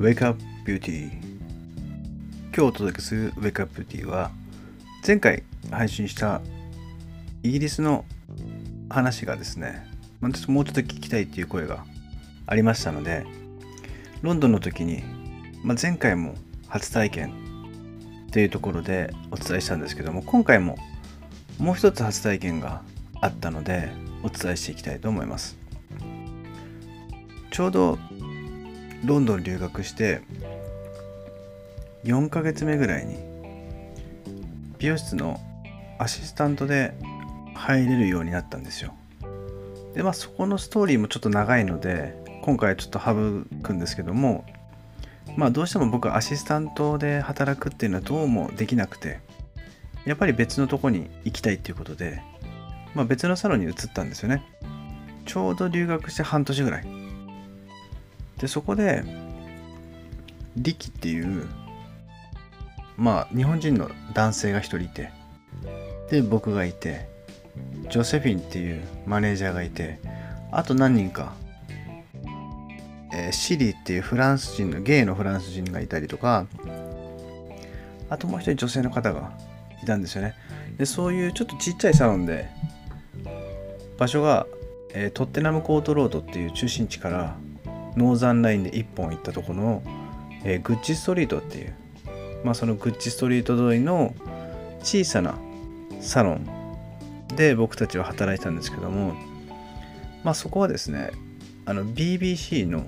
Wake Up Beauty。 今日お届けする Wake Up Beauty は、前回配信したイギリスの話がですね、もうちょっと聞きたいっていう声がありましたので、ロンドンの時に、前回も初体験というところでお伝えしたんですけども、今回ももう一つ初体験があったのでお伝えしていきたいと思います。ちょうどロンドン留学して4ヶ月目ぐらいに美容室のアシスタントで入れるようになったんですよ。でそこのストーリーもちょっと長いので今回はちょっと省くんですけども、どうしても僕はアシスタントで働くっていうのはどうもできなくて、やっぱり別のとこに行きたいっていうことで、別のサロンに移ったんですよね。ちょうど留学して半年ぐらいで、そこでリキっていう日本人の男性が一人いて、で僕がいて、ジョセフィンっていうマネージャーがいて、あと何人か、シリっていうフランス人のゲイのフランス人がいたりとか、あともう一人女性の方がいたんですよね。でそういうちょっとちっちゃいサロンで、場所が、トッテナムコートロードっていう中心地からノーザンラインで一本行ったところの、グッチストリートっていう、そのグッチストリート通りの小さなサロンで僕たちは働いてたんですけども、そこはですね、BBC の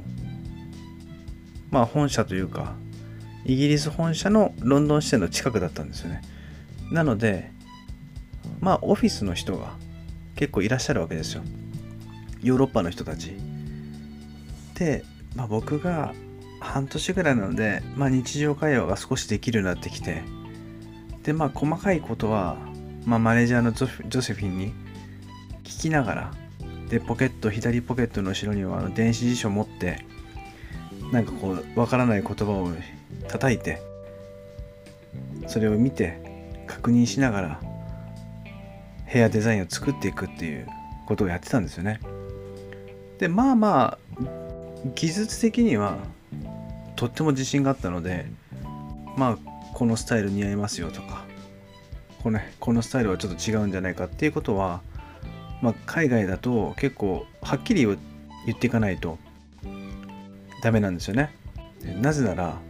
本社というかイギリス本社のロンドン支店の近くだったんですよね。なのでオフィスの人が結構いらっしゃるわけですよ。ヨーロッパの人たちで、僕が半年ぐらいなので、日常会話が少しできるようになってきて、で細かいことは、マネージャーのジョセフィンに聞きながら、で左ポケットの後ろには電子辞書を持って、わからない言葉を叩いて、それを見て確認しながらヘアデザインを作っていくっていうことをやってたんですよね。で技術的にはとっても自信があったので、このスタイル似合いますよとか、このスタイルはちょっと違うんじゃないかっていうことは、海外だと結構はっきり言っていかないとダメなんですよね。なぜなら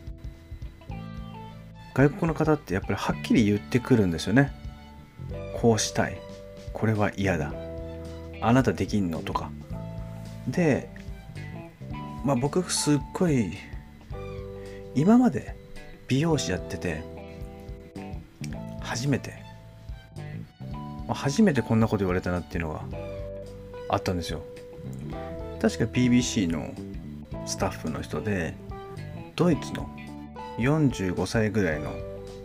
外国の方ってやっぱりはっきり言ってくるんですよね。こうしたい、これは嫌だ、あなたできんのとかで、僕すっごい今まで美容師やってて初めてこんなこと言われたなっていうのがあったんですよ。確か BBC のスタッフの人で、ドイツの45歳ぐらいの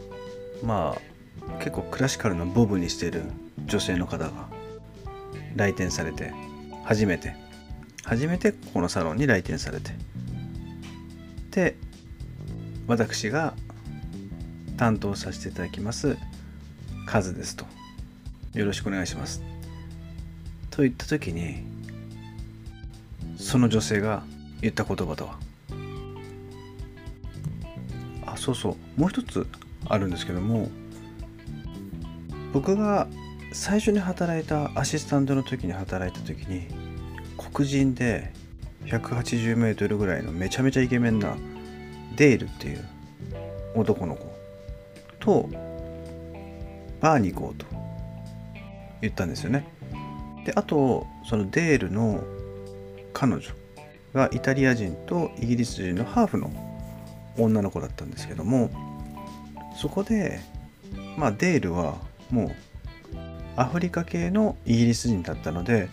結構クラシカルなボブにしてる女性の方が来店されて、初めてここのサロンに来店されて、で私が担当させていただきますカズですと、よろしくお願いしますと言った時に、その女性が言った言葉とは、もう一つあるんですけども、僕が最初に働いたアシスタントの時に働いた時に、黒人で180メートルぐらいのめちゃめちゃイケメンなデールっていう男の子とバーに行こうと言ったんですよね。であとそのデールの彼女がイタリア人とイギリス人のハーフの女の子だったんですけども、そこでデールはもうアフリカ系のイギリス人だったので、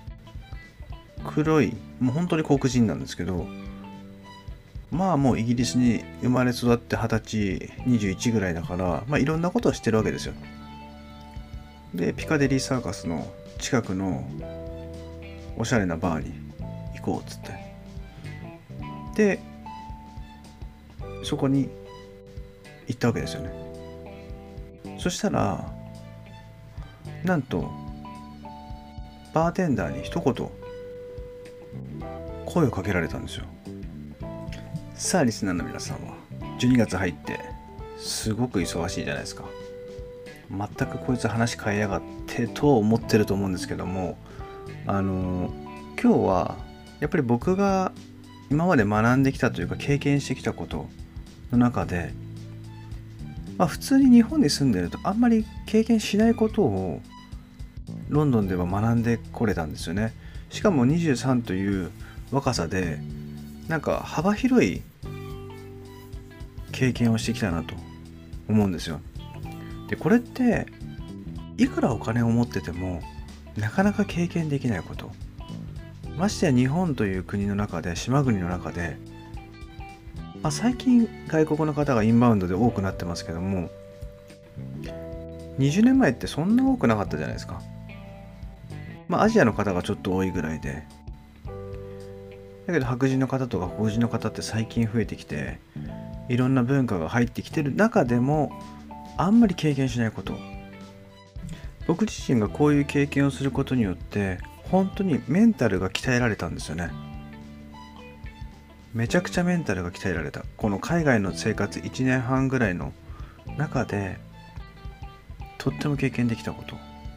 黒いもう本当に黒人なんですけど、もうイギリスに生まれ育って20歳21ぐらいだから、いろんなことをしてるわけですよ。でピカデリーサーカスの近くのおしゃれなバーに行こうっつって、でそこに行ったわけですよね。そしたらなんとバーテンダーに一言声をかけられたんですよ。 さあリスナーの皆さんは12月入ってすごく忙しいじゃないですか。全くこいつ話変えやがってと思ってると思うんですけども、今日はやっぱり僕が今まで学んできたというか経験してきたことの中で、普通に日本に住んでるとあんまり経験しないことをロンドンでは学んでこれたんですよね。しかも23という若さでなんか幅広い経験をしてきたなと思うんですよ。でこれっていくらお金を持っててもなかなか経験できないこと、ましてや日本という国の中で、島国の中で、最近外国の方がインバウンドで多くなってますけども、20年前ってそんな多くなかったじゃないですか。アジアの方がちょっと多いぐらいで、だけど白人の方とか黒人の方って最近増えてきて、いろんな文化が入ってきてる中でもあんまり経験しないこと、僕自身がこういう経験をすることによって本当にメンタルが鍛えられたんですよね。めちゃくちゃメンタルが鍛えられた。この海外の生活1年半ぐらいの中でとっても経験できたこと、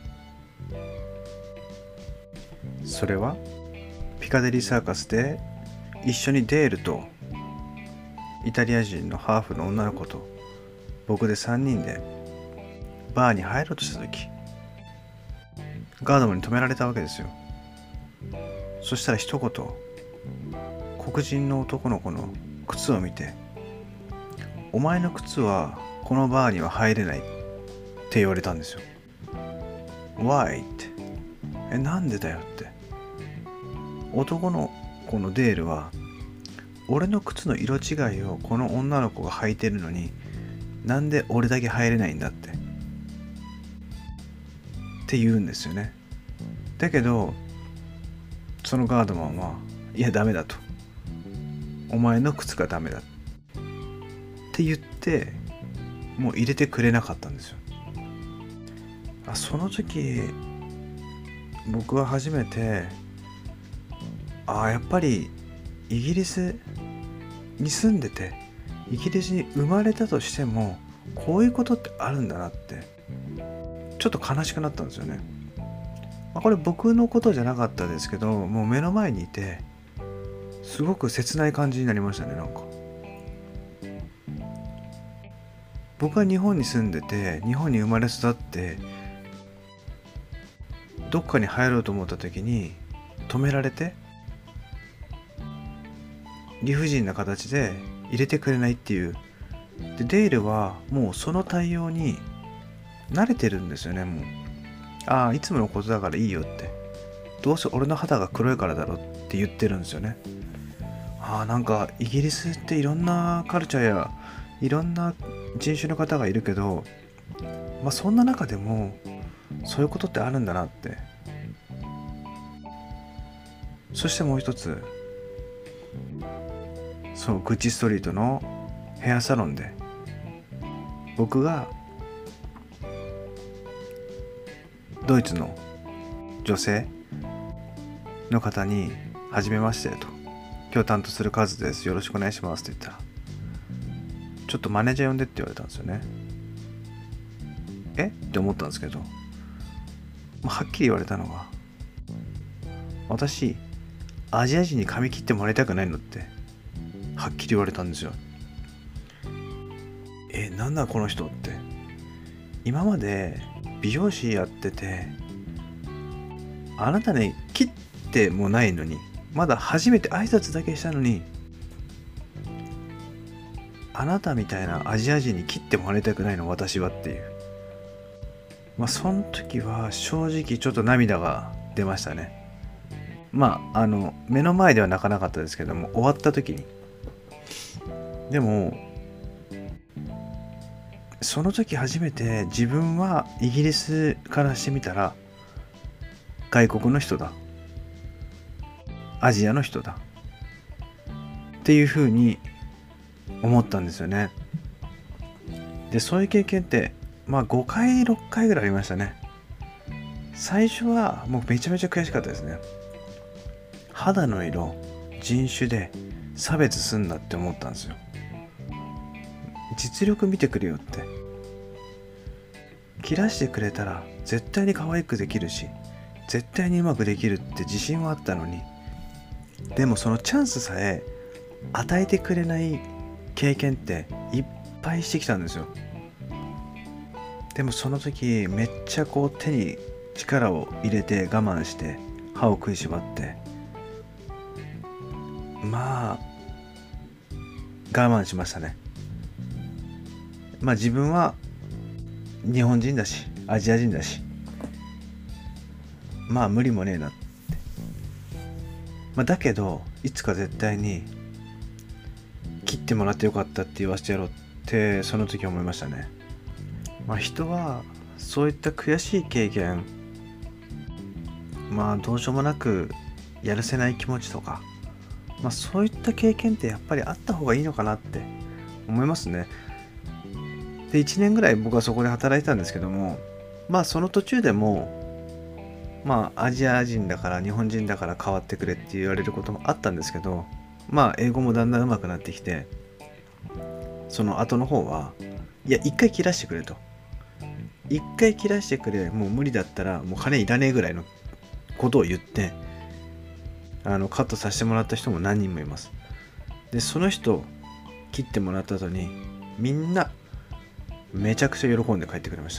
それはピカデリーサーカスで一緒にデールとイタリア人のハーフの女の子と僕で3人でバーに入ろうとした時、ガードマンに止められたわけですよ。そしたら一言、黒人の男の子の靴を見て、お前の靴はこのバーには入れないって言われたんですよ。 Why? ってなんでだよって。男の子のデールは俺の靴の色違いをこの女の子が履いてるのになんで俺だけ入れないんだって言うんですよね。だけどそのガードマンはいやダメだと、お前の靴がダメだって言ってもう入れてくれなかったんですよ。その時僕は初めてやっぱりイギリスに住んでてイギリスに生まれたとしてもこういうことってあるんだなってちょっと悲しくなったんですよね。これ僕のことじゃなかったですけど、もう目の前にいてすごく切ない感じになりましたね。なんか僕は日本に住んでて日本に生まれ育ってどっかに入ろうと思った時に止められて理不尽な形で入れてくれないっていう。でデイルはもうその対応に慣れてるんですよね。もういつものことだからいいよって、どうせ俺の肌が黒いからだろって言ってるんですよね。なんかイギリスっていろんなカルチャーやいろんな人種の方がいるけど、そんな中でもそういうことってあるんだなって。そしてもう一つ、そのグッチストリートのヘアサロンで僕がドイツの女性の方に初めましてと、今日担当するカズです、よろしくお願いしますって言ったら、ちょっとマネージャー呼んでって言われたんですよね。って思ったんですけど、はっきり言われたのが、私アジア人に髪切ってもらいたくないのってはっきり言われたんですよ。なんだこの人って。今まで美容師やっててあなたね切ってもないのに、まだ初めて挨拶だけしたのに、あなたみたいなアジア人に切ってもらいたくないの私はっていう。その時は正直ちょっと涙が出ましたね。目の前では泣かなかったですけども、終わった時に。でもその時初めて自分はイギリスからしてみたら外国の人だ、アジアの人だっていう風に思ったんですよね。でそういう経験って5回6回ぐらいありましたね。最初はもうめちゃめちゃ悔しかったですね。肌の色、 人種で差別すんなって思ったんですよ。実力見てくれよって。切らしてくれたら絶対に可愛くできるし、絶対にうまくできるって自信はあったのに、でもそのチャンスさえ与えてくれない経験っていっぱいしてきたんですよ。でもその時めっちゃこう手に力を入れて我慢して歯を食いしばって、まあ我慢しましたね。まあ自分は日本人だしアジア人だし、まあ無理もねえなって、だけどいつか絶対に切ってもらってよかったって言わせてやろうってその時思いましたね。人はそういった悔しい経験、どうしようもなくやるせない気持ちとか、そういった経験ってやっぱりあった方がいいのかなって思いますね。で1年ぐらい僕はそこで働いてたんですけども、その途中でもアジア人だから日本人だから変わってくれって言われることもあったんですけど、英語もだんだん上手くなってきて、その後の方はいや一回切らしてくれと、一回切らしてくれ、もう無理だったらもう金いらねえぐらいのことを言ってカットさせてもらった人も何人もいます。でその人切ってもらった後にみんなめちゃくちゃ喜んで帰ってくれました。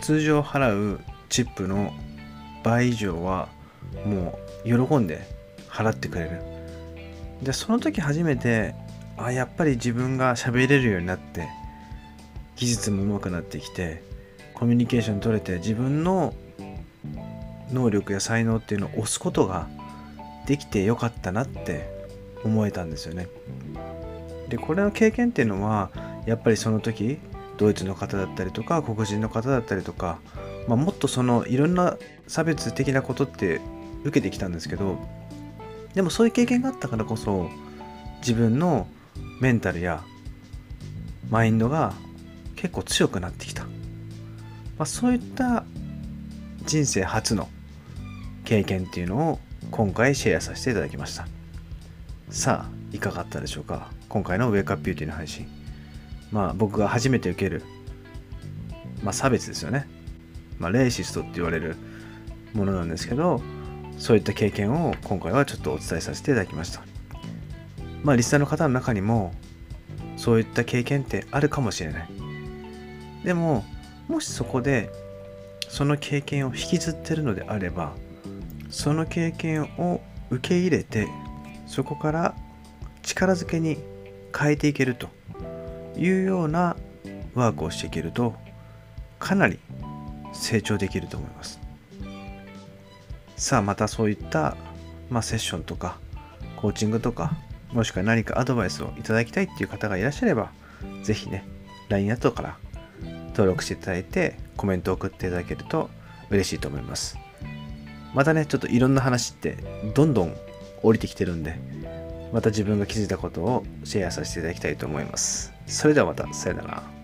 通常払うチップの倍以上はもう喜んで払ってくれる。でその時初めてやっぱり自分が喋れるようになって、技術も上手くなってきて、コミュニケーション取れて、自分の能力や才能っていうのを押すことができてよかったなって思えたんですよね。でこれの経験っていうのはやっぱりその時ドイツの方だったりとか黒人の方だったりとか、もっとそのいろんな差別的なことって受けてきたんですけど、でもそういう経験があったからこそ自分のメンタルやマインドが結構強くなってきた、そういった人生初の経験っていうのを今回シェアさせていただきました。さあいかがだったでしょうか。今回のウェイクアップビューティーの配信、僕が初めて受ける、差別ですよね。レイシストって言われるものなんですけど、そういった経験を今回はちょっとお伝えさせていただきました。リスナーの方の中にもそういった経験ってあるかもしれない。でももしそこでその経験を引きずってるのであれば、その経験を受け入れてそこから力づけに変えていけるというようなワークをしていけると、かなり成長できると思います。さあまたそういった、セッションとかコーチングとか、もしくは何かアドバイスをいただきたいっていう方がいらっしゃれば、ぜひね LINE アットから登録していただいてコメントを送っていただけると嬉しいと思います。またねちょっといろんな話ってどんどん降りてきてるんで、また自分が気づいたことをシェアさせていただきたいと思います。それではまた、さよなら。